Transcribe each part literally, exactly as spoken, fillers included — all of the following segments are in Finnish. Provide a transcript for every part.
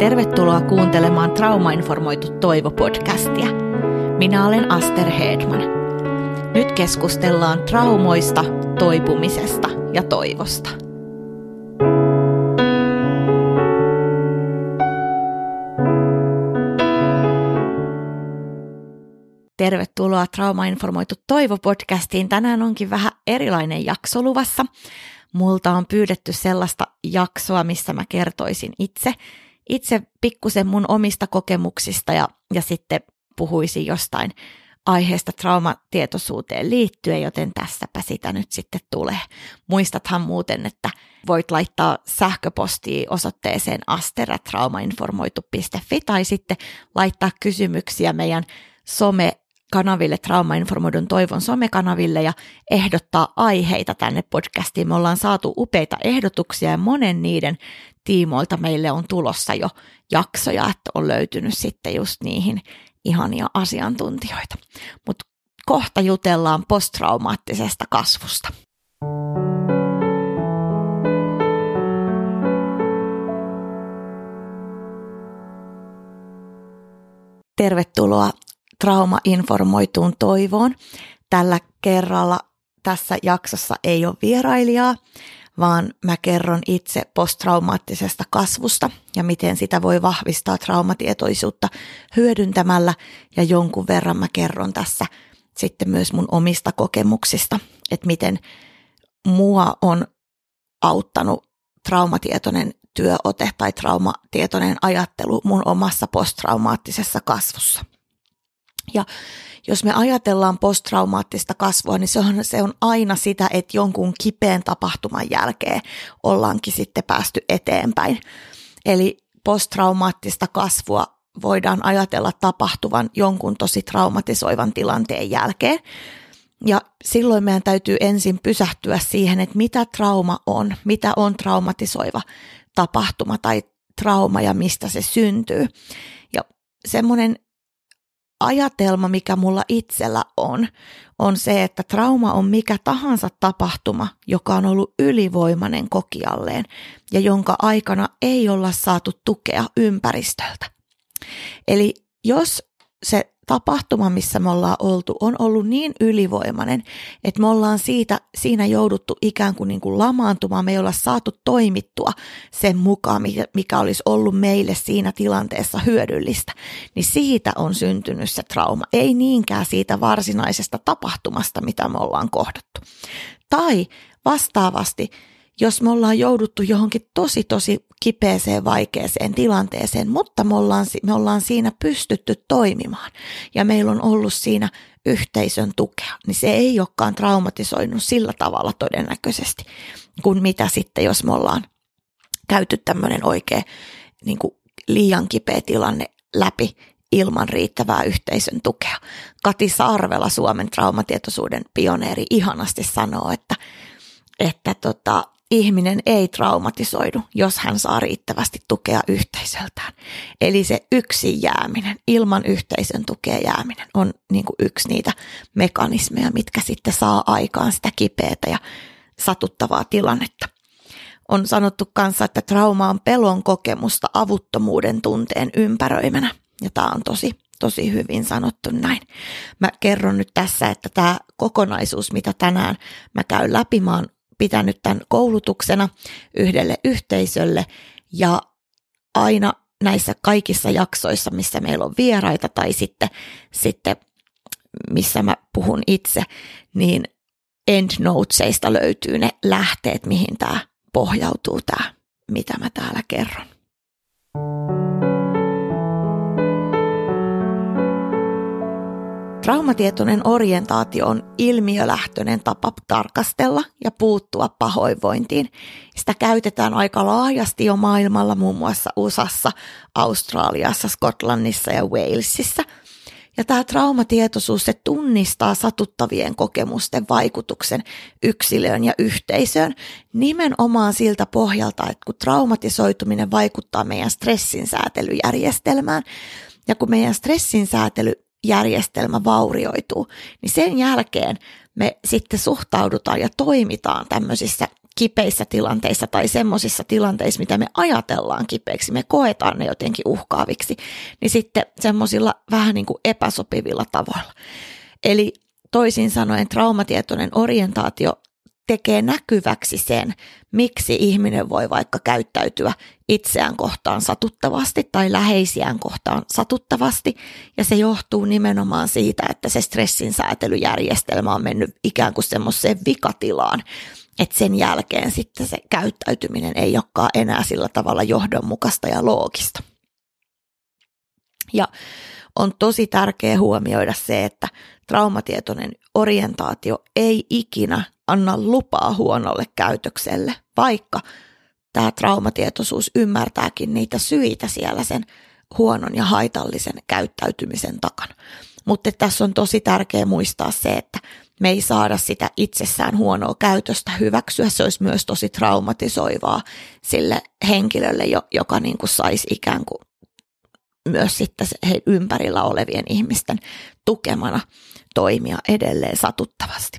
Tervetuloa kuuntelemaan Traumainformoitu Toivo-podcastia. Minä olen Aster Hedman. Nyt keskustellaan traumoista, toipumisesta ja toivosta. Tervetuloa Traumainformoitu Toivo-podcastiin. Tänään onkin vähän erilainen jakso luvassa. Multa on pyydetty sellaista jaksoa, missä mä kertoisin itse, itse pikkusen mun omista kokemuksista ja, ja sitten puhuisin jostain aiheesta traumatietoisuuteen liittyen, joten tässäpä sitä nyt sitten tulee. Muistathan muuten, että voit laittaa sähköpostia osoitteeseen aster at traumainformoitu piste fi tai sitten laittaa kysymyksiä meidän some-kanaville, Traumainformoidun Toivon somekanaville ja ehdottaa aiheita tänne podcastiin. Me ollaan saatu upeita ehdotuksia ja monen niiden tiimoilta meille on tulossa jo jaksoja, että on löytynyt sitten just niihin ihania asiantuntijoita. Mutta kohta jutellaan posttraumaattisesta kasvusta. Tervetuloa Traumainformoituun Toivoon. Tällä kerralla tässä jaksossa ei ole vierailijaa, vaan mä kerron itse posttraumaattisesta kasvusta ja miten sitä voi vahvistaa traumatietoisuutta hyödyntämällä, ja jonkun verran mä kerron tässä sitten myös mun omista kokemuksista, että miten mua on auttanut traumatietoinen työote tai traumatietoinen ajattelu mun omassa posttraumaattisessa kasvussa. Ja jos me ajatellaan posttraumaattista kasvua, niin se on, se on aina sitä, että jonkun kipeän tapahtuman jälkeen ollaankin sitten päästy eteenpäin. Eli posttraumaattista kasvua voidaan ajatella tapahtuvan jonkun tosi traumatisoivan tilanteen jälkeen. Ja silloin meidän täytyy ensin pysähtyä siihen, että mitä trauma on, mitä on traumatisoiva tapahtuma tai trauma ja mistä se syntyy. Ja semmoinen ajatelma, mikä mulla itsellä on, on se, että trauma on mikä tahansa tapahtuma, joka on ollut ylivoimainen kokijalleen ja jonka aikana ei olla saatu tukea ympäristöltä. Eli jos se tapahtuma, missä me ollaan oltu, on ollut niin ylivoimainen, että me ollaan siitä, siinä jouduttu ikään kuin, niin kuin lamaantumaan, me ei olla saatu toimittua sen mukaan, mikä olisi ollut meille siinä tilanteessa hyödyllistä, niin siitä on syntynyt se trauma, ei niinkään siitä varsinaisesta tapahtumasta, mitä me ollaan kohdattu. Tai vastaavasti, jos me ollaan jouduttu johonkin tosi tosi kipeäseen, vaikeaseen tilanteeseen, mutta me ollaan, me ollaan siinä pystytty toimimaan ja meillä on ollut siinä yhteisön tukea, niin se ei olekaan traumatisoinut sillä tavalla todennäköisesti kuin mitä sitten, jos me ollaan käyty tämmöinen oikein niin kuin liian kipeä tilanne läpi ilman riittävää yhteisön tukea. Kati Sarvela, Suomen traumatietoisuuden pioneeri, ihanasti sanoo, että, että tota, ihminen ei traumatisoidu, jos hän saa riittävästi tukea yhteisöltään. Eli se yksin jääminen, ilman yhteisön tukea jääminen on niin kuin yksi niitä mekanismeja, mitkä sitten saa aikaan sitä kipeätä ja satuttavaa tilannetta. On sanottu kanssa, että trauma on pelon kokemusta avuttomuuden tunteen ympäröimänä. Ja tämä on tosi, tosi hyvin sanottu näin. Mä kerron nyt tässä, että tämä kokonaisuus, mitä tänään mä käyn läpi, mä oon pitänyt tämän koulutuksena yhdelle yhteisölle, ja aina näissä kaikissa jaksoissa, missä meillä on vieraita tai sitten, sitten missä mä puhun itse, niin endnotesista löytyy ne lähteet, mihin tämä pohjautuu, tämä, mitä mä täällä kerron. Traumatietoinen orientaatio on ilmiölähtöinen tapa tarkastella ja puuttua pahoinvointiin. Sitä käytetään aika laajasti jo maailmalla, muun muassa U S A:ssa, Australiassa, Skotlannissa ja Walesissa. Ja tämä traumatietoisuus, se tunnistaa satuttavien kokemusten vaikutuksen yksilöön ja yhteisöön nimenomaan siltä pohjalta, että kun traumatisoituminen vaikuttaa meidän stressinsäätelyjärjestelmään, ja kun meidän stressinsäätely järjestelmä vaurioituu, niin sen jälkeen me sitten suhtaudutaan ja toimitaan tämmöisissä kipeissä tilanteissa tai semmoisissa tilanteissa, mitä me ajatellaan kipeiksi, me koetaan ne jotenkin uhkaaviksi, niin sitten semmoisilla vähän niin kuin epäsopivilla tavoilla. Eli toisin sanoen traumatietoinen orientaatio tekee näkyväksi sen, miksi ihminen voi vaikka käyttäytyä itseään kohtaan satuttavasti tai läheisiään kohtaan satuttavasti, ja se johtuu nimenomaan siitä, että se stressin säätelyjärjestelmä on mennyt ikään kuin semmoiseen vikatilaan, että sen jälkeen sitten se käyttäytyminen ei olekaan enää sillä tavalla johdonmukaista ja loogista. Ja on tosi tärkeää huomioida se, että traumatietoinen orientaatio ei ikinä anna lupaa huonolle käytökselle, vaikka tämä traumatietoisuus ymmärtääkin niitä syitä siellä sen huonon ja haitallisen käyttäytymisen takana. Mutta tässä on tosi tärkeää muistaa se, että me ei saada sitä itsessään huonoa käytöstä hyväksyä. Se olisi myös tosi traumatisoivaa sille henkilölle, joka niin kuin saisi ikään kuin myös sitten he ympärillä olevien ihmisten tukemana toimia edelleen satuttavasti.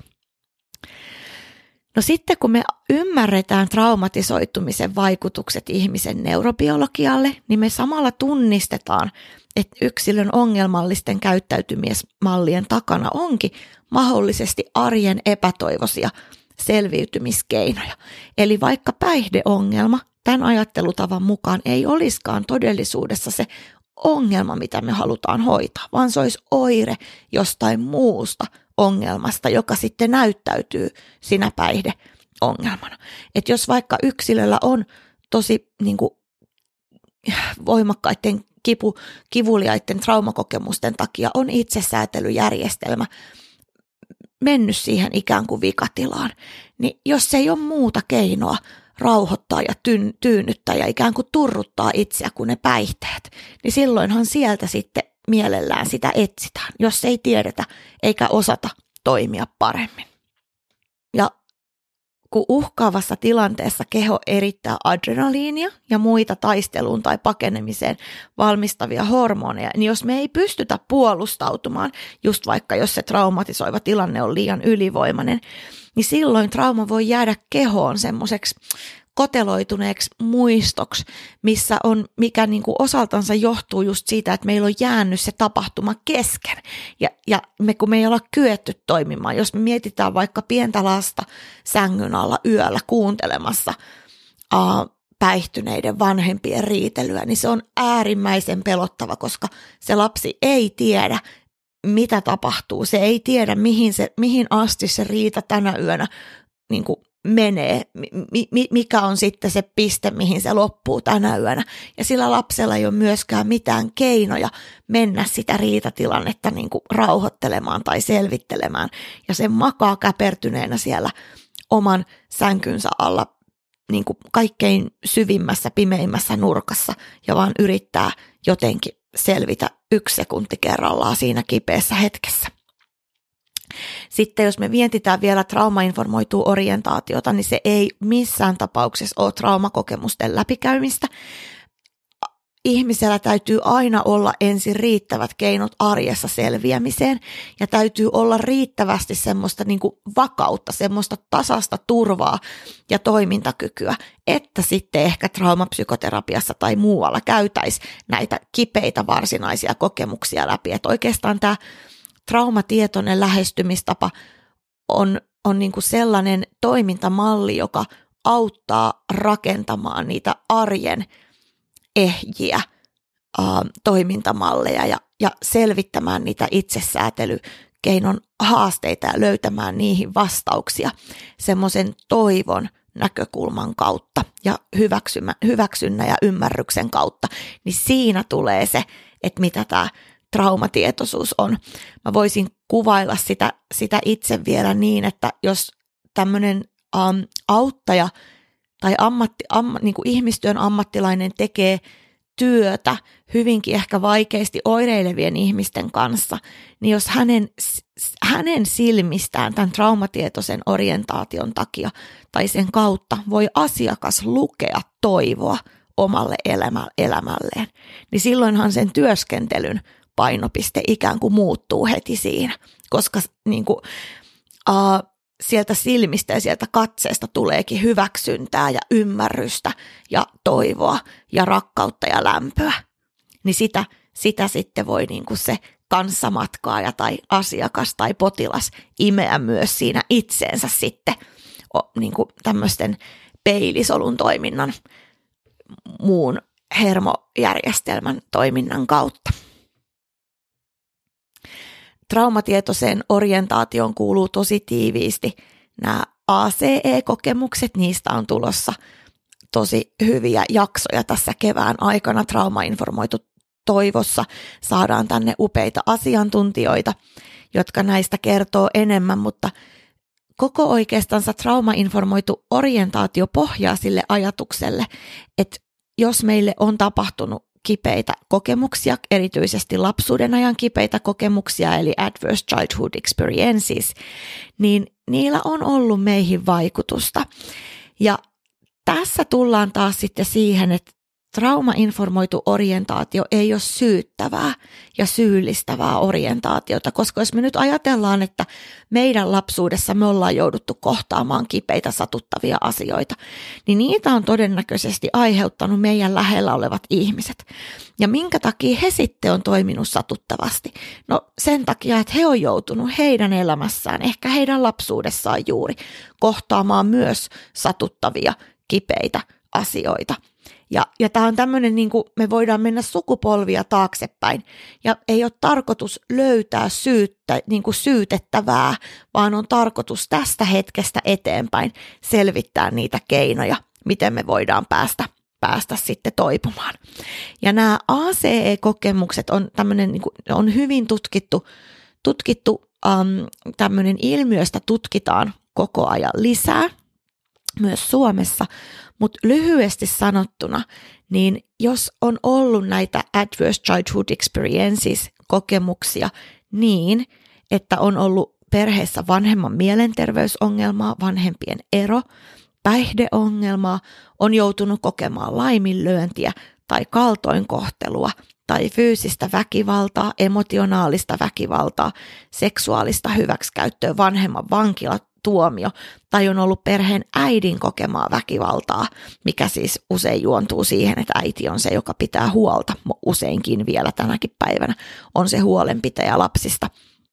No sitten kun me ymmärretään traumatisoitumisen vaikutukset ihmisen neurobiologialle, niin me samalla tunnistetaan, että yksilön ongelmallisten käyttäytymismallien takana onkin mahdollisesti arjen epätoivoisia selviytymiskeinoja. Eli vaikka päihdeongelma tämän ajattelutavan mukaan ei olisikaan todellisuudessa se ongelma, mitä me halutaan hoitaa, vaan se olisi oire jostain muusta ongelmasta, joka sitten näyttäytyy siinä päihdeongelmana. Että jos vaikka yksilöllä on tosi niin kuin, voimakkaiden kipu, kivuliaiden traumakokemusten takia on itsesäätelyjärjestelmä mennyt siihen ikään kuin vikatilaan, niin jos ei ole muuta keinoa rauhoittaa ja tyyn, tyynnyttää ja ikään kuin turruttaa itseä kuin ne päihteet, niin silloinhan sieltä sitten mielellään sitä etsitään, jos ei tiedetä eikä osata toimia paremmin. Ja kun uhkaavassa tilanteessa keho erittää adrenaliinia ja muita taisteluun tai pakenemiseen valmistavia hormoneja, niin jos me ei pystytä puolustautumaan, just vaikka jos se traumatisoiva tilanne on liian ylivoimainen, niin silloin trauma voi jäädä kehoon semmoiseksi koteloituneeksi muistoksi, missä on, mikä niin kuin osaltansa johtuu just siitä, että meillä on jäänyt se tapahtuma kesken. Ja, ja me, kun me ei olla kyetty toimimaan, jos me mietitään vaikka pientä lasta sängyn alla yöllä kuuntelemassa uh, päihtyneiden vanhempien riitelyä, niin se on äärimmäisen pelottava, koska se lapsi ei tiedä, mitä tapahtuu. Se ei tiedä, mihin, se, mihin asti se riita tänä yönä niin kuin menee, mi, mikä on sitten se piste, mihin se loppuu tänä yönä. Ja sillä lapsella ei ole myöskään mitään keinoja mennä sitä riitatilannetta niin kuin rauhoittelemaan tai selvittelemään. Ja se makaa käpertyneenä siellä oman sänkynsä alla niin kuin kaikkein syvimmässä, pimeimmässä nurkassa ja vaan yrittää jotenkin selvitä yksi sekunti kerrallaan siinä kipeässä hetkessä. Sitten jos me vientitään vielä traumainformoitua orientaatiota, niin se ei missään tapauksessa ole traumakokemusten läpikäymistä. Ihmisellä täytyy aina olla ensin riittävät keinot arjessa selviämiseen ja täytyy olla riittävästi semmoista niin kuin vakautta, semmoista tasasta turvaa ja toimintakykyä, että sitten ehkä traumapsykoterapiassa tai muualla käytäisi näitä kipeitä varsinaisia kokemuksia läpi. Että oikeastaan tämä traumatietoinen lähestymistapa on, on niin kuin sellainen toimintamalli, joka auttaa rakentamaan niitä arjen ehjiä ä, toimintamalleja ja, ja selvittämään niitä itsesäätelykeinon haasteita ja löytämään niihin vastauksia semmoisen toivon näkökulman kautta ja hyväksynnän ja ymmärryksen kautta, niin siinä tulee se, että mitä tämä traumatietoisuus on. Mä voisin kuvailla sitä, sitä itse vielä niin, että jos tämmöinen um, auttaja tai ammatti, am, niin kuin ihmistyön ammattilainen tekee työtä hyvinkin ehkä vaikeasti oireilevien ihmisten kanssa, niin jos hänen, hänen silmistään tämän traumatietoisen orientaation takia tai sen kautta voi asiakas lukea toivoa omalle elämä, elämälleen, niin silloinhan sen työskentelyn painopiste ikään kuin muuttuu heti siinä, koska niin kuin, uh, sieltä silmistä ja sieltä katseesta tuleekin hyväksyntää ja ymmärrystä ja toivoa ja rakkautta ja lämpöä, niin sitä, sitä sitten voi niin kuin se kanssamatkaaja tai asiakas tai potilas imeä myös siinä itseensä sitten niin kuin tämmöisten peilisolun toiminnan, muun hermojärjestelmän toiminnan kautta. Traumatietoiseen orientaatioon kuuluu tosi tiiviisti nämä A C E-kokemukset, niistä on tulossa tosi hyviä jaksoja tässä kevään aikana. Traumainformoitu toivossa saadaan tänne upeita asiantuntijoita, jotka näistä kertoo enemmän, mutta koko oikeastansa traumainformoitu orientaatio pohjaa sille ajatukselle, että jos meille on tapahtunut kipeitä kokemuksia, erityisesti lapsuuden ajan kipeitä kokemuksia, eli adverse childhood experiences, niin niillä on ollut meihin vaikutusta. Ja tässä tullaan taas sitten siihen, että traumainformoitu orientaatio ei ole syyttävää ja syyllistävää orientaatiota, koska jos me nyt ajatellaan, että meidän lapsuudessa me ollaan jouduttu kohtaamaan kipeitä satuttavia asioita, niin niitä on todennäköisesti aiheuttanut meidän lähellä olevat ihmiset. Ja minkä takia he sitten on toiminut satuttavasti? No sen takia, että he on joutunut heidän elämässään, ehkä heidän lapsuudessaan juuri, kohtaamaan myös satuttavia, kipeitä asioita. Ja, ja tämä on tämmöinen, niin kuin me voidaan mennä sukupolvia taaksepäin ja ei ole tarkoitus löytää syyttä, niin kuin syytettävää, vaan on tarkoitus tästä hetkestä eteenpäin selvittää niitä keinoja, miten me voidaan päästä, päästä sitten toipumaan. Ja nämä A C E-kokemukset on tämmöinen, niin kuin, on hyvin tutkittu, tutkittu um, tämmöinen ilmiöstä tutkitaan koko ajan lisää, myös Suomessa. Mutta lyhyesti sanottuna, niin jos on ollut näitä adverse childhood experiences kokemuksia niin, että on ollut perheessä vanhemman mielenterveysongelmaa, vanhempien ero, päihdeongelmaa, on joutunut kokemaan laiminlyöntiä tai kaltoinkohtelua tai fyysistä väkivaltaa, emotionaalista väkivaltaa, seksuaalista hyväksikäyttöä, vanhemman vankila, tuomio, tai on ollut perheen äidin kokemaa väkivaltaa, mikä siis usein juontuu siihen, että äiti on se, joka pitää huolta, useinkin vielä tänäkin päivänä on se huolenpitäjä lapsista.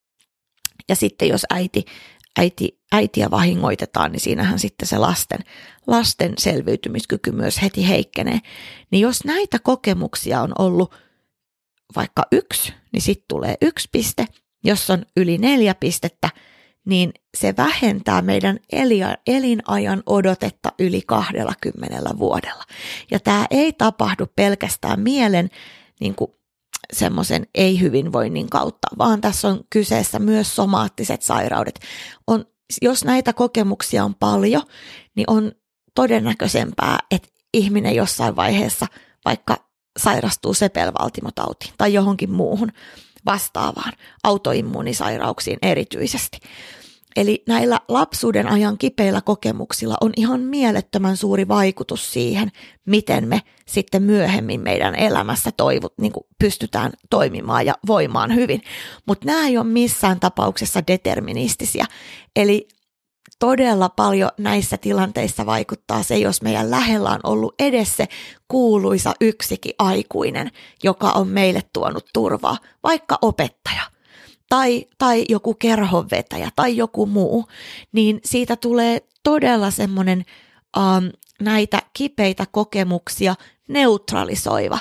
Ja sitten jos äiti, äiti, äitiä vahingoitetaan, niin siinähän sitten se lasten, lasten selviytymiskyky myös heti heikkenee. Niin jos näitä kokemuksia on ollut vaikka yksi, niin sitten tulee yksi piste, jos on yli neljä pistettä, niin se vähentää meidän elinajan odotetta yli kaksikymmentä vuodella. Ja tämä ei tapahdu pelkästään mielen niin kuin semmoisen ei-hyvinvoinnin kautta, vaan tässä on kyseessä myös somaattiset sairaudet. On, jos näitä kokemuksia on paljon, niin on todennäköisempää, että ihminen jossain vaiheessa vaikka sairastuu sepelvaltimotautiin tai johonkin muuhun vastaavaan, autoimmuunisairauksiin erityisesti. Eli näillä lapsuuden ajan kipeillä kokemuksilla on ihan mielettömän suuri vaikutus siihen, miten me sitten myöhemmin meidän elämässä toivot, niin kuin pystytään toimimaan ja voimaan hyvin. Mutta nämä ei ole missään tapauksessa deterministisia. Eli todella paljon näissä tilanteissa vaikuttaa se, jos meidän lähellä on ollut edes se kuuluisa yksikin aikuinen, joka on meille tuonut turvaa, vaikka opettaja tai, tai joku kerhonvetäjä tai joku muu, niin siitä tulee todella semmoinen um, näitä kipeitä kokemuksia neutralisoiva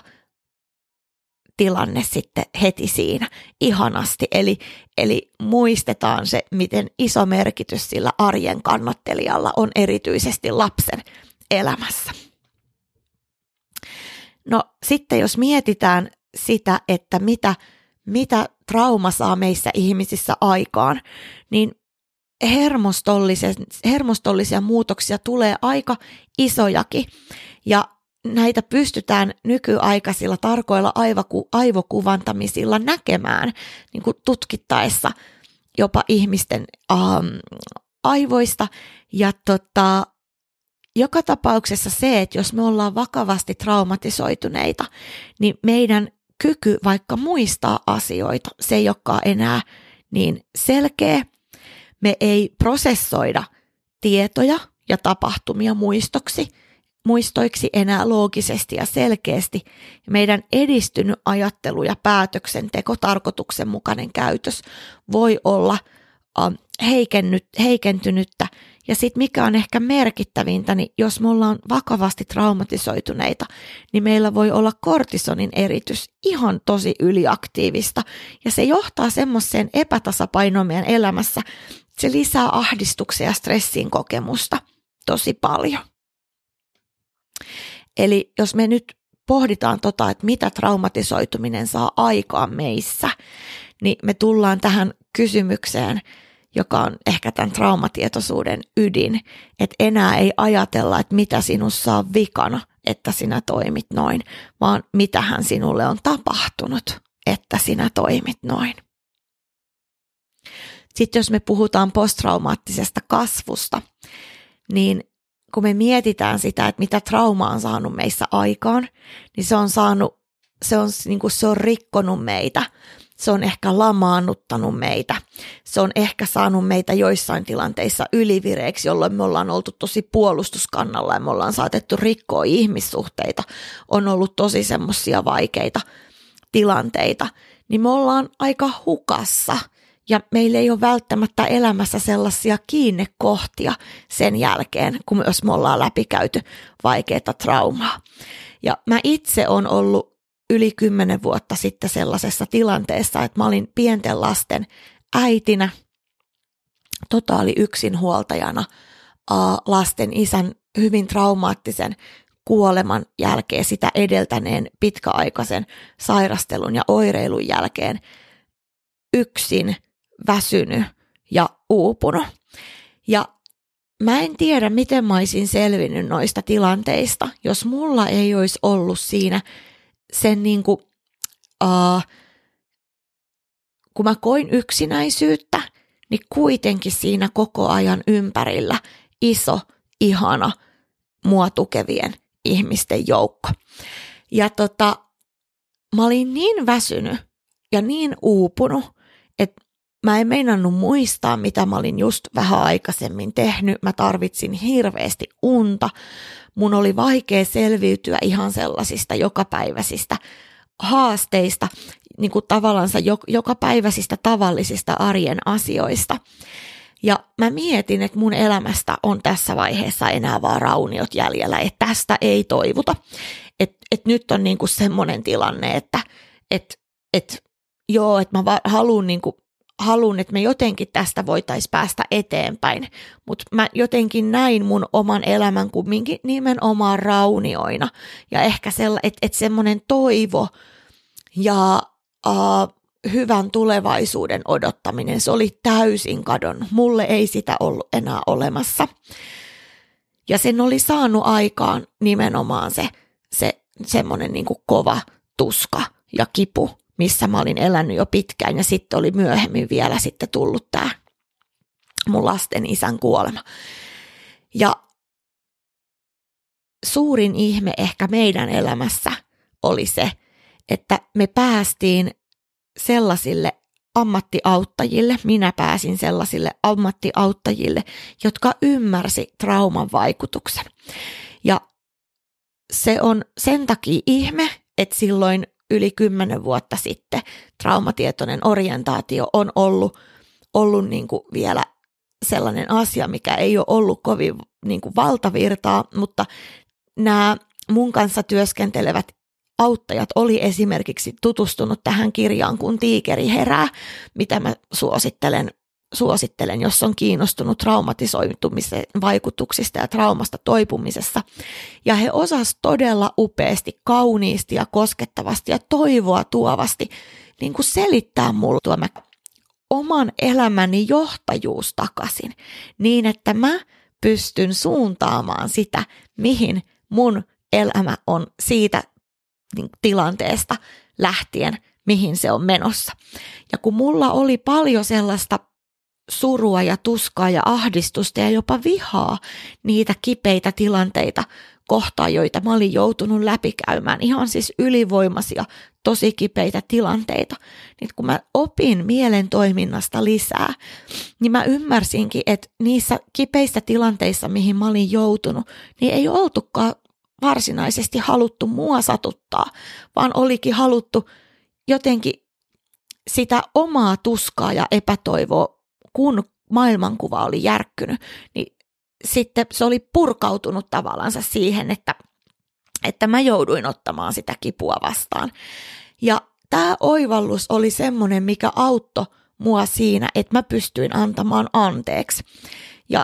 tilanne sitten heti siinä ihanasti. Eli, eli muistetaan se, miten iso merkitys sillä arjen kannattelijalla on erityisesti lapsen elämässä. No sitten jos mietitään sitä, että mitä, mitä trauma saa meissä ihmisissä aikaan, niin hermostollisia muutoksia tulee aika isojakin ja näitä pystytään nykyaikaisilla tarkoilla aivoku, aivokuvantamisilla näkemään niin kuin tutkittaessa jopa ihmisten ähm, aivoista. Ja tota, joka tapauksessa se, että jos me ollaan vakavasti traumatisoituneita, niin meidän kyky vaikka muistaa asioita, se ei olekaan enää niin selkeä. Me ei prosessoida tietoja ja tapahtumia muistoksi, muistoiksi enää loogisesti ja selkeästi. Meidän edistynyt ajattelu ja päätöksenteko, tarkoituksenmukainen käytös voi olla äh, heikennyt, heikentynyttä. Ja sitten mikä on ehkä merkittävintä, niin jos me ollaan vakavasti traumatisoituneita, niin meillä voi olla kortisonin eritys ihan tosi yliaktiivista. Ja se johtaa semmoiseen epätasapainoon meidän elämässä, että se lisää ahdistuksen ja stressin kokemusta tosi paljon. Eli jos me nyt pohditaan tota, että mitä traumatisoituminen saa aikaan meissä, niin me tullaan tähän kysymykseen, joka on ehkä tämän traumatietoisuuden ydin, että enää ei ajatella, että mitä sinussa on vikana, että sinä toimit noin, vaan mitähän sinulle on tapahtunut, että sinä toimit noin. Sitten jos me puhutaan posttraumaattisesta kasvusta, niin kun me mietitään sitä, että mitä trauma on saanut meissä aikaan, niin se on saanut, se on, niin kuin se on rikkonut meitä. Se on ehkä lamaannuttanut meitä. Se on ehkä saanut meitä joissain tilanteissa ylivireiksi, jolloin me ollaan oltu tosi puolustuskannalla ja me ollaan saatettu rikkoa ihmissuhteita. On ollut tosi semmoisia vaikeita tilanteita. Niin me ollaan aika hukassa ja meillä ei ole välttämättä elämässä sellaisia kiinnekohtia sen jälkeen, kun jos me ollaan läpikäyty vaikeaa traumaa. Ja mä itse on ollut yli kymmenen vuotta sitten sellaisessa tilanteessa, että mä olin pienten lasten äitinä, totaali yksinhuoltajana lasten isän hyvin traumaattisen kuoleman jälkeen, sitä edeltäneen pitkäaikaisen sairastelun ja oireilun jälkeen yksin, väsynyt ja uupunut. Ja mä en tiedä, miten mä olisin selvinnyt noista tilanteista, jos mulla ei olisi ollut siinä sen niin kuin, uh, kun mä koin yksinäisyyttä, niin kuitenkin siinä koko ajan ympärillä iso, ihana, mua tukevien ihmisten joukko. Ja tota, mä olin niin väsynyt ja niin uupunut, että mä en meinannut muistaa, mitä mä olin just vähän aikaisemmin tehnyt. Mä tarvitsin hirveästi unta. Mun oli vaikea selviytyä ihan sellaisista jokapäiväisistä haasteista, niin kuin tavallaan jokapäiväisistä tavallisista arjen asioista. Ja mä mietin, että mun elämästä on tässä vaiheessa enää vaan rauniot jäljellä, että tästä ei toivuta. Että et nyt on niinku semmoinen tilanne, että et, et, joo, että mä haluan niinku haluan, että me jotenkin tästä voitaisiin päästä eteenpäin, mutta mä jotenkin näin mun oman elämän kumminkin nimenomaan raunioina ja ehkä sella, että et semmoinen toivo ja uh, hyvän tulevaisuuden odottaminen, se oli täysin kadonnut. Mulle ei sitä ollut enää olemassa. Ja sen oli saanut aikaan nimenomaan se, se semmoinen niin kuin kova tuska ja kipu, missä mä olin elänyt jo pitkään, ja sitten oli myöhemmin vielä sitten tullut tämä mun lasten isän kuolema. Ja suurin ihme ehkä meidän elämässä oli se, että me päästiin sellaisille ammattiauttajille, minä pääsin sellaisille ammattiauttajille, jotka ymmärsi trauman vaikutuksen. Ja se on sen takia ihme, että silloin yli kymmenen vuotta sitten traumatietoinen orientaatio on ollut, ollut niin kuin vielä sellainen asia, mikä ei ole ollut kovin niin kuin valtavirtaa, mutta nämä mun kanssa työskentelevät auttajat oli esimerkiksi tutustunut tähän kirjaan kun Tiikeri herää, mitä mä suosittelen, suosittelen, jos on kiinnostunut traumatisoitumisen vaikutuksista ja traumasta toipumisessa. Ja he osas todella upeasti, kauniisti ja koskettavasti ja toivoa tuovasti niin kuin selittää mulle tuo mä oman elämäni johtajuus takaisin niin, että mä pystyn suuntaamaan sitä, mihin mun elämä on siitä tilanteesta lähtien, mihin se on menossa. Ja kun mulla oli paljon sellaista surua ja tuskaa ja ahdistusta ja jopa vihaa niitä kipeitä tilanteita kohtaan, joita mä olin joutunut läpikäymään, ihan siis ylivoimaisia, tosi kipeitä tilanteita, niin kun mä opin mielen toiminnasta lisää, niin mä ymmärsinkin, että niissä kipeissä tilanteissa, mihin mä olin joutunut, niin ei oltukaan varsinaisesti haluttu mua satuttaa, vaan olikin haluttu jotenkin sitä omaa tuskaa ja epätoivoa, kun maailmankuva oli järkkynyt, niin sitten se oli purkautunut tavallaan siihen, että, että mä jouduin ottamaan sitä kipua vastaan. Ja tämä oivallus oli semmoinen, mikä auttoi mua siinä, että mä pystyin antamaan anteeksi. Ja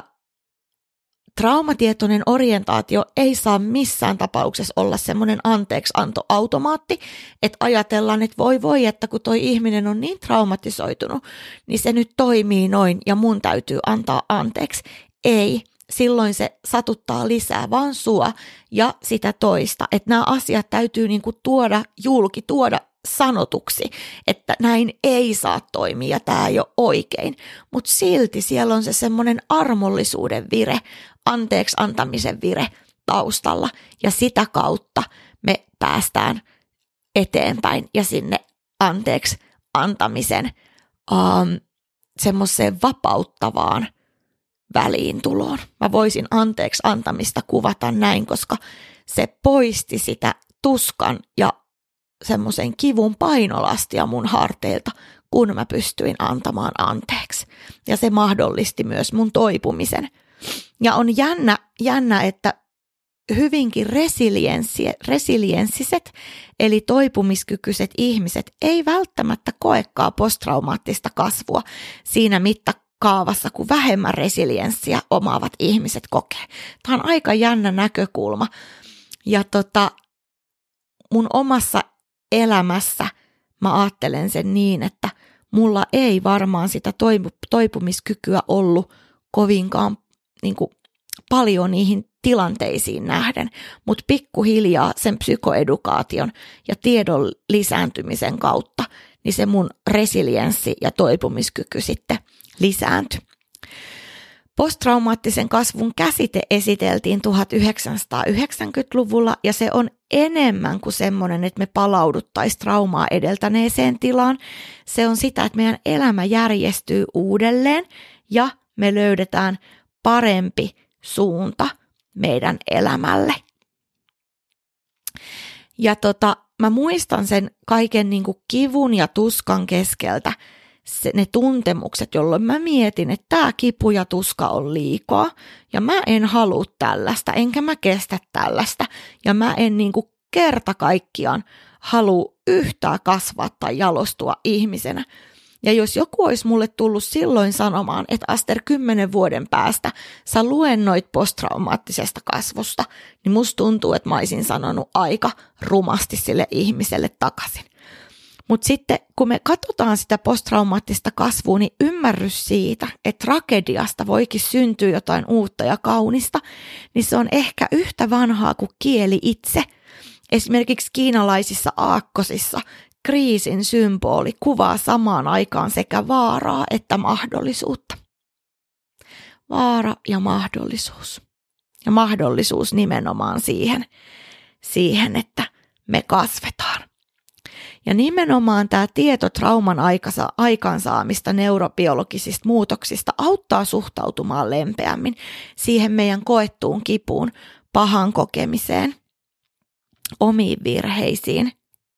traumatietoinen orientaatio ei saa missään tapauksessa olla semmoinen anteeksiantoautomaatti, että ajatellaan, että voi voi, että kun toi ihminen on niin traumatisoitunut, niin se nyt toimii noin ja mun täytyy antaa anteeksi. Ei, silloin se satuttaa lisää vaan sua ja sitä toista, että nämä asiat täytyy niinku tuoda julki, tuoda sanotuksi, että näin ei saa toimia ja tämä ei ole oikein, mutta silti siellä on se semmoinen armollisuuden vire, anteeksi antamisen vire taustalla ja sitä kautta me päästään eteenpäin ja sinne anteeksi antamisen um, semmoiseen vapauttavaan väliintuloon. Mä voisin anteeksi antamista kuvata näin, koska se poisti sitä tuskan ja semmoisen kivun painolastia mun harteilta, kun mä pystyin antamaan anteeksi. Ja se mahdollisti myös mun toipumisen. Ja on jännä, jännä että hyvinkin resilienssiset, eli toipumiskykyiset ihmiset ei välttämättä koekaan posttraumaattista kasvua siinä mittakaavassa, kun vähemmän resilienssiä omaavat ihmiset kokee. Tämä on aika jännä näkökulma. Ja tota, mun omassa elämässä mä ajattelen sen niin, että mulla ei varmaan sitä toipumiskykyä ollut kovinkaan niin kuin, paljon niihin tilanteisiin nähden, mutta pikkuhiljaa sen psykoedukaation ja tiedon lisääntymisen kautta, niin se mun resilienssi ja toipumiskyky sitten lisääntyi. Posttraumaattisen kasvun käsite esiteltiin tuhatyhdeksänsataayhdeksänkymmentäluvulla ja se on enemmän kuin semmoinen, että me palauduttaisiin traumaa edeltäneeseen tilaan. Se on sitä, että meidän elämä järjestyy uudelleen ja me löydetään parempi suunta meidän elämälle. Ja tota, mä muistan sen kaiken niin kuin kivun ja tuskan keskeltä, se, ne tuntemukset, jolloin mä mietin, että tämä kipu ja tuska on liikaa ja mä en halua tällaista, enkä mä kestä tällaista ja mä en niin kuin kerta kaikkiaan halua yhtään kasvaa tai jalostua ihmisenä. Ja jos joku olisi mulle tullut silloin sanomaan, että Aster kymmenen vuoden päästä sä luennoit posttraumaattisesta kasvusta, niin musta tuntuu, että mä olisin sanonut aika rumasti sille ihmiselle takaisin. Mutta sitten kun me katsotaan sitä posttraumaattista kasvua, niin ymmärrys siitä, että tragediasta voikin syntyä jotain uutta ja kaunista, niin se on ehkä yhtä vanhaa kuin kieli itse. Esimerkiksi kiinalaisissa aakkosissa kriisin symboli kuvaa samaan aikaan sekä vaaraa että mahdollisuutta. Vaara ja mahdollisuus. Ja mahdollisuus nimenomaan siihen, siihen että me kasvetaan. Ja nimenomaan tämä tieto trauman aikaansaamista neurobiologisista muutoksista auttaa suhtautumaan lempeämmin siihen meidän koettuun kipuun, pahan kokemiseen, omiin virheisiin,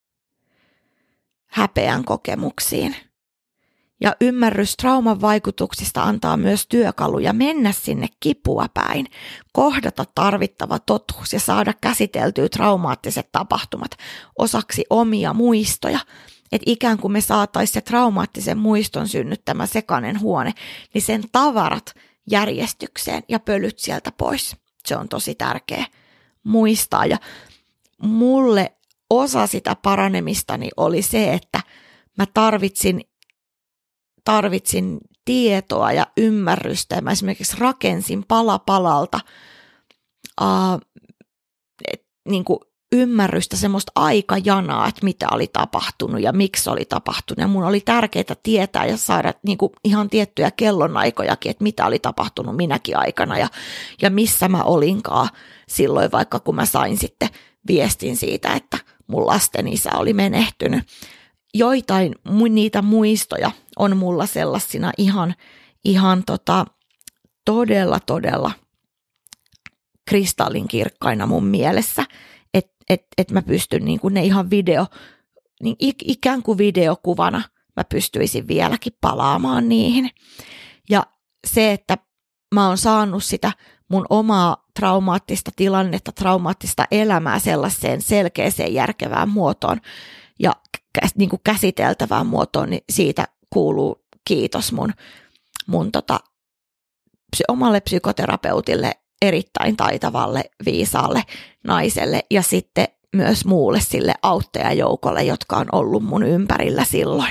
häpeän kokemuksiin. Ja ymmärrys trauman vaikutuksista antaa myös työkaluja mennä sinne kipua päin, kohdata tarvittava totuus ja saada käsiteltyä traumaattiset tapahtumat osaksi omia muistoja. Että ikään kuin me saataisiin se traumaattisen muiston synnyttämä sekainen huone, niin sen tavarat järjestykseen ja pölyt sieltä pois. Se on tosi tärkeä muistaa. Ja mulle osa sitä paranemistani oli se, että mä tarvitsin Tarvitsin tietoa ja ymmärrystä ja mä esimerkiksi rakensin pala palalta uh, et, niin kuin ymmärrystä, semmoista aikajanaa, että mitä oli tapahtunut ja miksi oli tapahtunut. Ja mun oli tärkeää tietää ja saada niin kuin ihan tiettyjä kellonaikojakin, että mitä oli tapahtunut minäkin aikana ja, ja missä mä olinkaan silloin, vaikka kun mä sain sitten viestin siitä, että mun lasten isä oli menehtynyt. Joitain niitä muistoja on mulla sellaisina ihan, ihan tota, todella, todella kristallinkirkkaina mun mielessä, että et, et mä pystyn niin kuin ne ihan video, niin ikään kuin videokuvana mä pystyisin vieläkin palaamaan niihin. Ja se, että mä oon saanut sitä mun omaa traumaattista tilannetta, traumaattista elämää sellaiseen selkeäseen järkevään muotoon ja niin kuin käsiteltävään muotoon, niin siitä kuuluu kiitos mun, mun tota, omalle psykoterapeutille, erittäin taitavalle, viisaalle naiselle ja sitten myös muulle sille auttajajoukolle, jotka on ollut mun ympärillä silloin.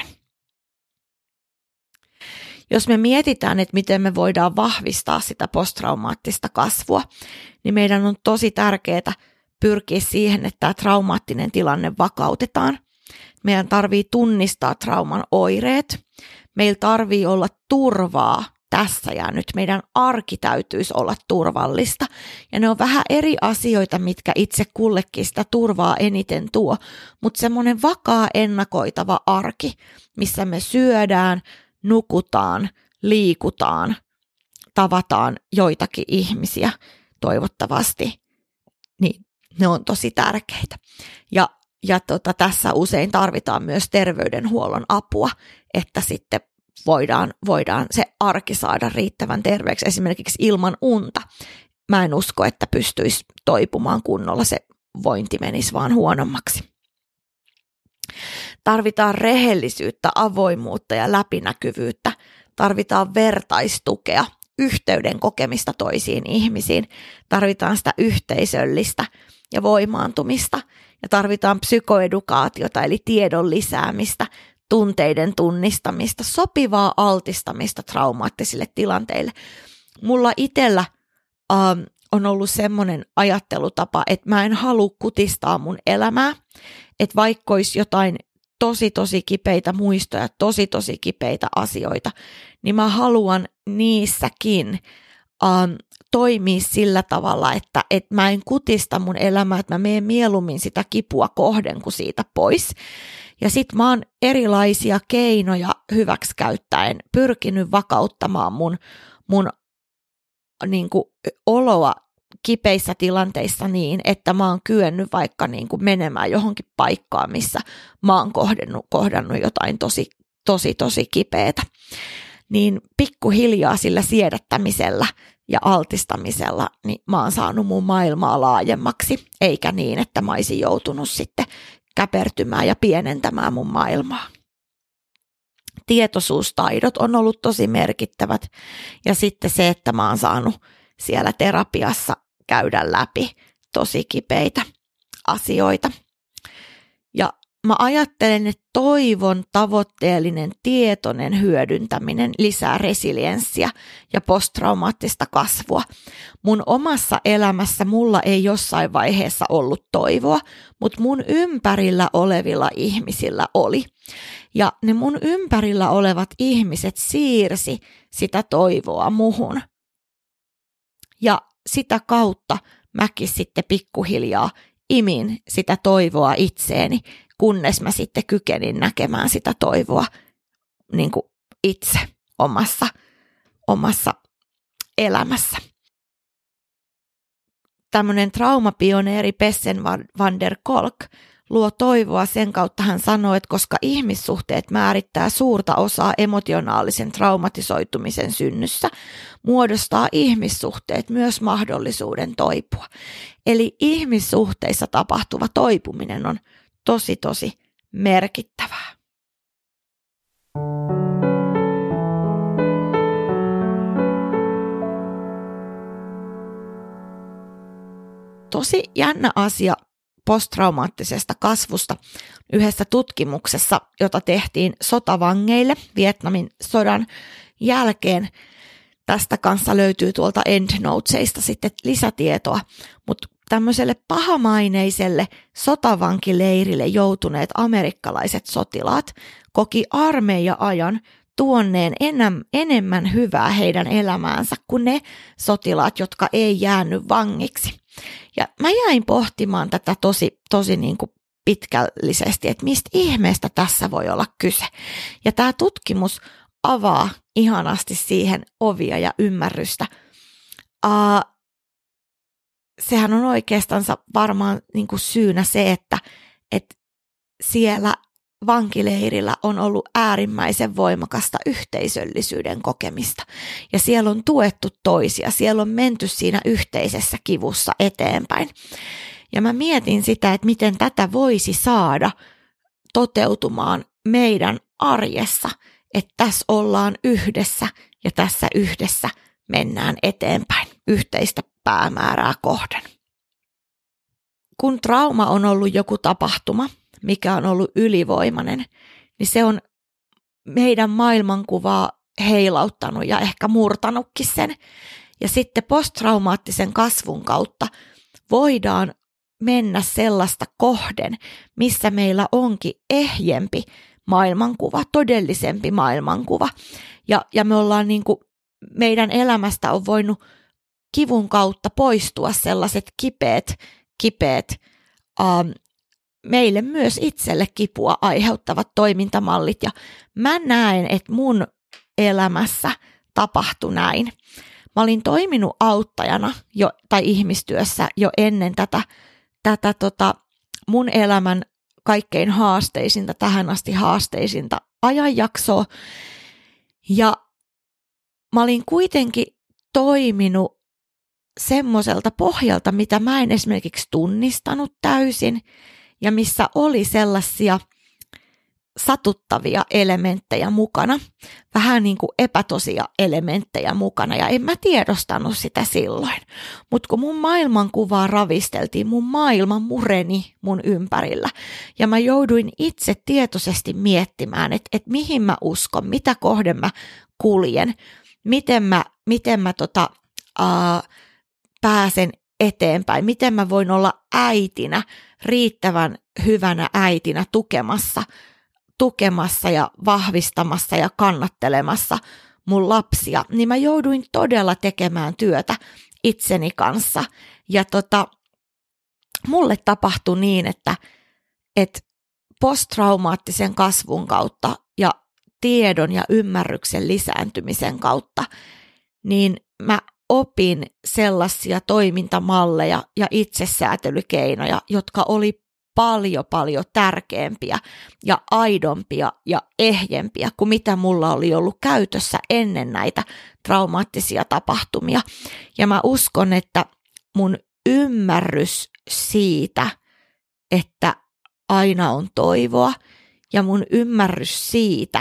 Jos me mietitään, että miten me voidaan vahvistaa sitä posttraumaattista kasvua, niin meidän on tosi tärkeää pyrkiä siihen, että tämä traumaattinen tilanne vakautetaan. Meidän tarvii tunnistaa trauman oireet. Meillä tarvii olla turvaa tässä ja nyt. Meidän arki täytyisi olla turvallista. Ja ne on vähän eri asioita, mitkä itse kullekin sitä turvaa eniten tuo. Mutta semmoinen vakaa, ennakoitava arki, missä me syödään, nukutaan, liikutaan, tavataan joitakin ihmisiä toivottavasti, niin ne on tosi tärkeitä. Ja, ja tota, tässä usein tarvitaan myös terveydenhuollon apua, että sitten voidaan, voidaan se arki saada riittävän terveeksi, esimerkiksi ilman unta. Mä en usko, että pystyisi toipumaan kunnolla, se vointi menisi vaan huonommaksi. Tarvitaan rehellisyyttä, avoimuutta ja läpinäkyvyyttä. Tarvitaan vertaistukea, yhteyden kokemista toisiin ihmisiin. Tarvitaan sitä yhteisöllistä ja voimaantumista. Ja tarvitaan psykoedukaatiota eli tiedon lisäämistä, tunteiden tunnistamista, sopivaa altistamista traumaattisille tilanteille. Mulla itsellä ähm, on ollut semmoinen ajattelutapa, että mä en halua kutistaa mun elämää, että vaikka olisi jotain tosi tosi kipeitä muistoja, tosi tosi kipeitä asioita, niin mä haluan niissäkin ähm, toimia sillä tavalla, että et mä en kutista mun elämää, että mä menen mieluummin sitä kipua kohden kuin siitä pois. Ja sit mä oon erilaisia keinoja hyväksi käyttäen pyrkinyt vakauttamaan mun, mun niin kuin oloa kipeissä tilanteissa niin, että mä oon kyennyt vaikka niin kuin menemään johonkin paikkaan, missä mä oon kohdannut, kohdannut jotain tosi, tosi, tosi kipeätä. Niin pikkuhiljaa sillä siedättämisellä ja altistamisella, niin mä oon saanut mun maailmaa laajemmaksi, eikä niin, että mä olisin joutunut sitten käpertymään ja pienentämään mun maailmaa. Tietoisuustaidot on ollut tosi merkittävät ja sitten se, että mä oon saanut siellä terapiassa käydä läpi tosi kipeitä asioita. Ja mä ajattelen, että toivon tavoitteellinen tietoinen hyödyntäminen lisää resilienssiä ja posttraumaattista kasvua. Mun omassa elämässä mulla ei jossain vaiheessa ollut toivoa, mutta mun ympärillä olevilla ihmisillä oli. Ja ne mun ympärillä olevat ihmiset siirsi sitä toivoa muhun. Ja sitä kautta mäkin sitten pikkuhiljaa imin sitä toivoa itseeni, kunnes mä sitten kykenin näkemään sitä toivoa niin kuin itse omassa, omassa elämässä. Tämmöinen traumapioneeri Pessen van der Kolk luo toivoa sen kautta, hän sanoo, että koska ihmissuhteet määrittää suurta osaa emotionaalisen traumatisoitumisen synnyssä, muodostaa ihmissuhteet myös mahdollisuuden toipua. Eli ihmissuhteissa tapahtuva toipuminen on tosi, tosi merkittävää. Tosi jännä asia posttraumaattisesta kasvusta yhdessä tutkimuksessa, jota tehtiin sotavangeille Vietnamin sodan jälkeen. Tästä kanssa löytyy tuolta EndNotesista sitten lisätietoa, mutta tämmöiselle pahamaineiselle sotavankileirille joutuneet amerikkalaiset sotilaat koki armeija-ajan tuonneen enem, enemmän hyvää heidän elämäänsä kuin ne sotilaat, jotka ei jäänyt vangiksi. Ja mä jäin pohtimaan tätä tosi, tosi niin kuin pitkällisesti, että mistä ihmeestä tässä voi olla kyse. Ja tämä tutkimus avaa ihanasti siihen ovia ja ymmärrystä. Uh, sehän on oikeastaan varmaan niin kuin syynä se, että, että siellä vankileirillä on ollut äärimmäisen voimakasta yhteisöllisyyden kokemista. Ja siellä on tuettu toisia, siellä on menty siinä yhteisessä kivussa eteenpäin. Ja mä mietin sitä, että miten tätä voisi saada toteutumaan meidän arjessa, että tässä ollaan yhdessä ja tässä yhdessä mennään eteenpäin yhteistä päämäärää kohden. Kun trauma on ollut joku tapahtuma, mikä on ollut ylivoimainen, niin se on meidän maailmankuvaa heilauttanut ja ehkä murtanutkin sen. Ja sitten posttraumaattisen kasvun kautta voidaan mennä sellaista kohden, missä meillä onkin ehjempi maailmankuva, todellisempi maailmankuva. Ja, ja me ollaan niin kuin, meidän elämästä on voinut kivun kautta poistua sellaiset kipeät, kipeät ähm, meille myös itselle kipua aiheuttavat toimintamallit. Ja mä näen, että mun elämässä tapahtui näin. Mä olin toiminut auttajana jo, tai ihmistyössä jo ennen tätä, tätä tota, mun elämän kaikkein haasteisinta, tähän asti haasteisinta ajanjaksoa. Ja mä olin kuitenkin toiminut semmoiselta pohjalta, mitä mä en esimerkiksi tunnistanut täysin ja missä oli sellaisia satuttavia elementtejä mukana, vähän niin kuin epätosia elementtejä mukana ja en mä tiedostanut sitä silloin. Mutta kun mun maailmankuvaa ravisteltiin, mun maailma mureni mun ympärillä ja mä jouduin itse tietoisesti miettimään, että et mihin mä uskon, mitä kohden mä kuljen, miten mä, miten mä tota, ää, pääsen eteenpäin, miten mä voin olla äitinä, riittävän hyvänä äitinä tukemassa, tukemassa ja vahvistamassa ja kannattelemassa mun lapsia, niin mä jouduin todella tekemään työtä itseni kanssa. Ja tota, mulle tapahtui niin, että, että posttraumaattisen kasvun kautta ja tiedon ja ymmärryksen lisääntymisen kautta, niin mä opin sellaisia toimintamalleja ja itsesäätelykeinoja, jotka oli paljon paljon tärkeämpiä ja aidompia ja ehjempiä kuin mitä mulla oli ollut käytössä ennen näitä traumaattisia tapahtumia. Ja mä uskon, että mun ymmärrys siitä, että aina on toivoa ja mun ymmärrys siitä,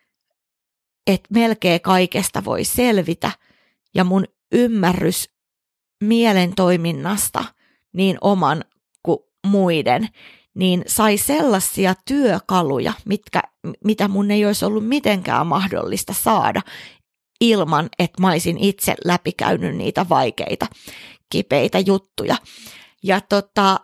että melkein kaikesta voi selvitä ja mun ymmärrys mielen toiminnasta niin oman kuin muiden, niin sai sellaisia työkaluja, mitkä, mitä mun ei olisi ollut mitenkään mahdollista saada ilman, että mä olisin itse läpikäynyt niitä vaikeita, kipeitä juttuja. Ja tota,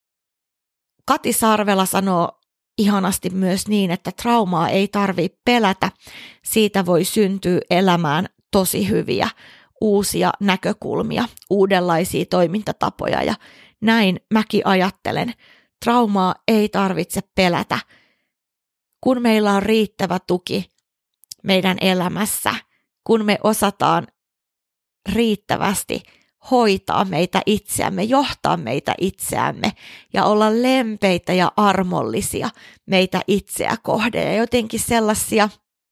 Kati Sarvela sanoo ihanasti myös niin, että traumaa ei tarvitse pelätä, siitä voi syntyä elämään tosi hyviä uusia näkökulmia, uudenlaisia toimintatapoja ja näin mäkin ajattelen. Traumaa ei tarvitse pelätä, kun meillä on riittävä tuki meidän elämässä, kun me osataan riittävästi hoitaa meitä itseämme, johtaa meitä itseämme ja olla lempeitä ja armollisia meitä itseä kohden ja jotenkin sellaisia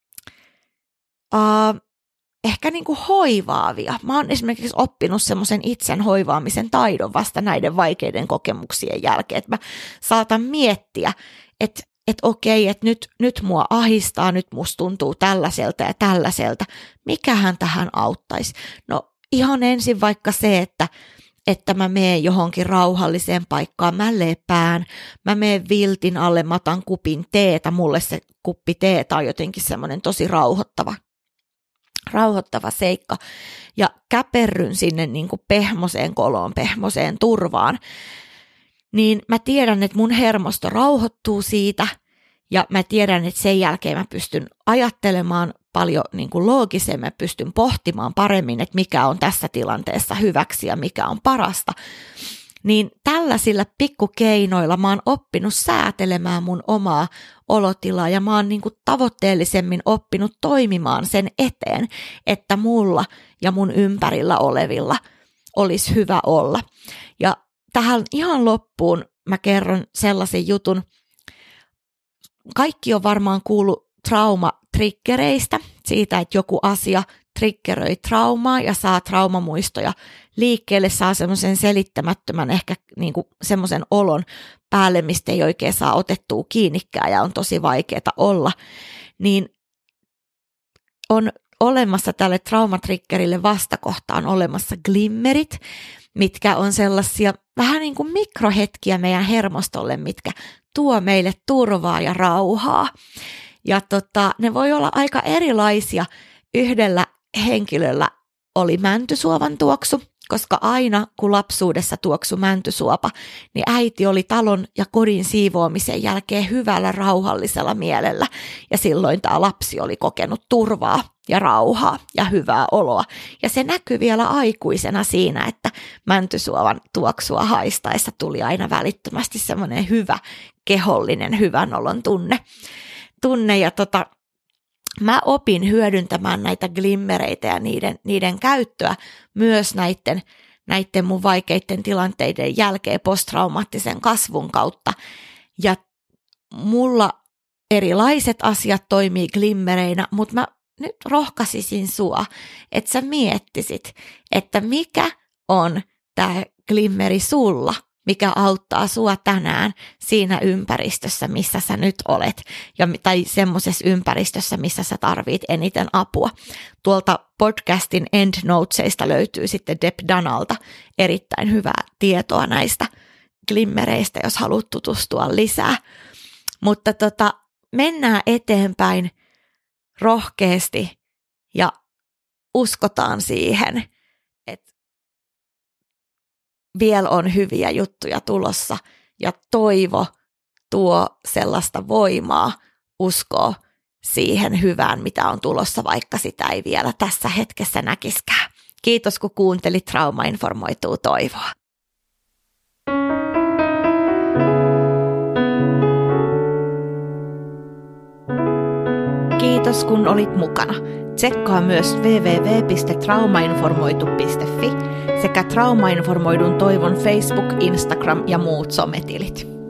uh, ehkä niin kuin hoivaavia. Mä oon esimerkiksi oppinut semmoisen itsen hoivaamisen taidon vasta näiden vaikeiden kokemuksien jälkeen, että mä saatan miettiä, että että okei, että nyt, nyt mua ahistaa, nyt musta tuntuu tällaiselta ja tällaiselta. Mikähän tähän auttaisi? No ihan ensin vaikka se, että, että mä menen johonkin rauhalliseen paikkaan, mä lepään, mä menen viltin alle, mä otan kupin teetä, mulle se kuppi teetä on jotenkin semmoinen tosi rauhoittava rauhoittava seikka ja käperryn sinne niin kuin pehmoseen koloon, pehmoseen turvaan, niin mä tiedän, että mun hermosto rauhoittuu siitä ja mä tiedän, että sen jälkeen mä pystyn ajattelemaan paljon niin kuin loogisemmin, mä pystyn pohtimaan paremmin, että mikä on tässä tilanteessa hyväksi ja mikä on parasta. Niin tällaisilla pikkukeinoilla mä oon oppinut säätelemään mun omaa olotilaa ja mä oon niin kuin tavoitteellisemmin oppinut toimimaan sen eteen, että mulla ja mun ympärillä olevilla olisi hyvä olla. Ja tähän ihan loppuun mä kerron sellaisen jutun. Kaikki on varmaan kuullut traumatriggereistä, siitä, että joku asia triggeröi traumaa ja saa traumamuistoja liikkeelle, saa semmoisen selittämättömän ehkä niin kuin semmoisen olon päälle, mistä ei oikein saa otettua kiinnikään ja on tosi vaikeaa olla, niin on olemassa tälle traumatriggerille vastakohtaan olemassa glimmerit, mitkä on sellaisia vähän niin kuin mikrohetkiä meidän hermostolle, mitkä tuo meille turvaa ja rauhaa. Ja tota, ne voi olla aika erilaisia. Yhdellä henkilöllä oli mäntysuovan tuoksu, koska aina kun lapsuudessa tuoksu mäntysuopa, niin äiti oli talon ja kodin siivoamisen jälkeen hyvällä rauhallisella mielellä. Ja silloin tämä lapsi oli kokenut turvaa ja rauhaa ja hyvää oloa. Ja se näkyi vielä aikuisena siinä, että mäntysuovan tuoksua haistaessa tuli aina välittömästi semmoinen hyvä, kehollinen, hyvän olon tunne. tunne ja tota, mä opin hyödyntämään näitä glimmereitä ja niiden, niiden käyttöä myös näiden, näiden mun vaikeiden tilanteiden jälkeen posttraumaattisen kasvun kautta. Ja mulla erilaiset asiat toimii glimmereinä, mutta mä nyt rohkaisisin sua, että sä miettisit, että mikä on tämä glimmeri sulla, mikä auttaa sua tänään siinä ympäristössä, missä sä nyt olet, ja, tai semmoisessa ympäristössä, missä sä tarvit eniten apua. Tuolta podcastin endnotesista löytyy sitten Deb Danalta erittäin hyvää tietoa näistä glimmereistä, jos haluat tutustua lisää. Mutta tota, mennään eteenpäin rohkeasti ja uskotaan siihen, että vielä on hyviä juttuja tulossa ja toivo tuo sellaista voimaa uskoa siihen hyvään, mitä on tulossa, vaikka sitä ei vielä tässä hetkessä näkiskään. Kiitos, kun kuuntelit Trauma informoituu toivoa. Kiitos, kun olit mukana. Tsekkaa myös double-u double-u double-u piste traumainformoitu piste fi sekä Traumainformoidun toivon Facebook, Instagram ja muut sometilit.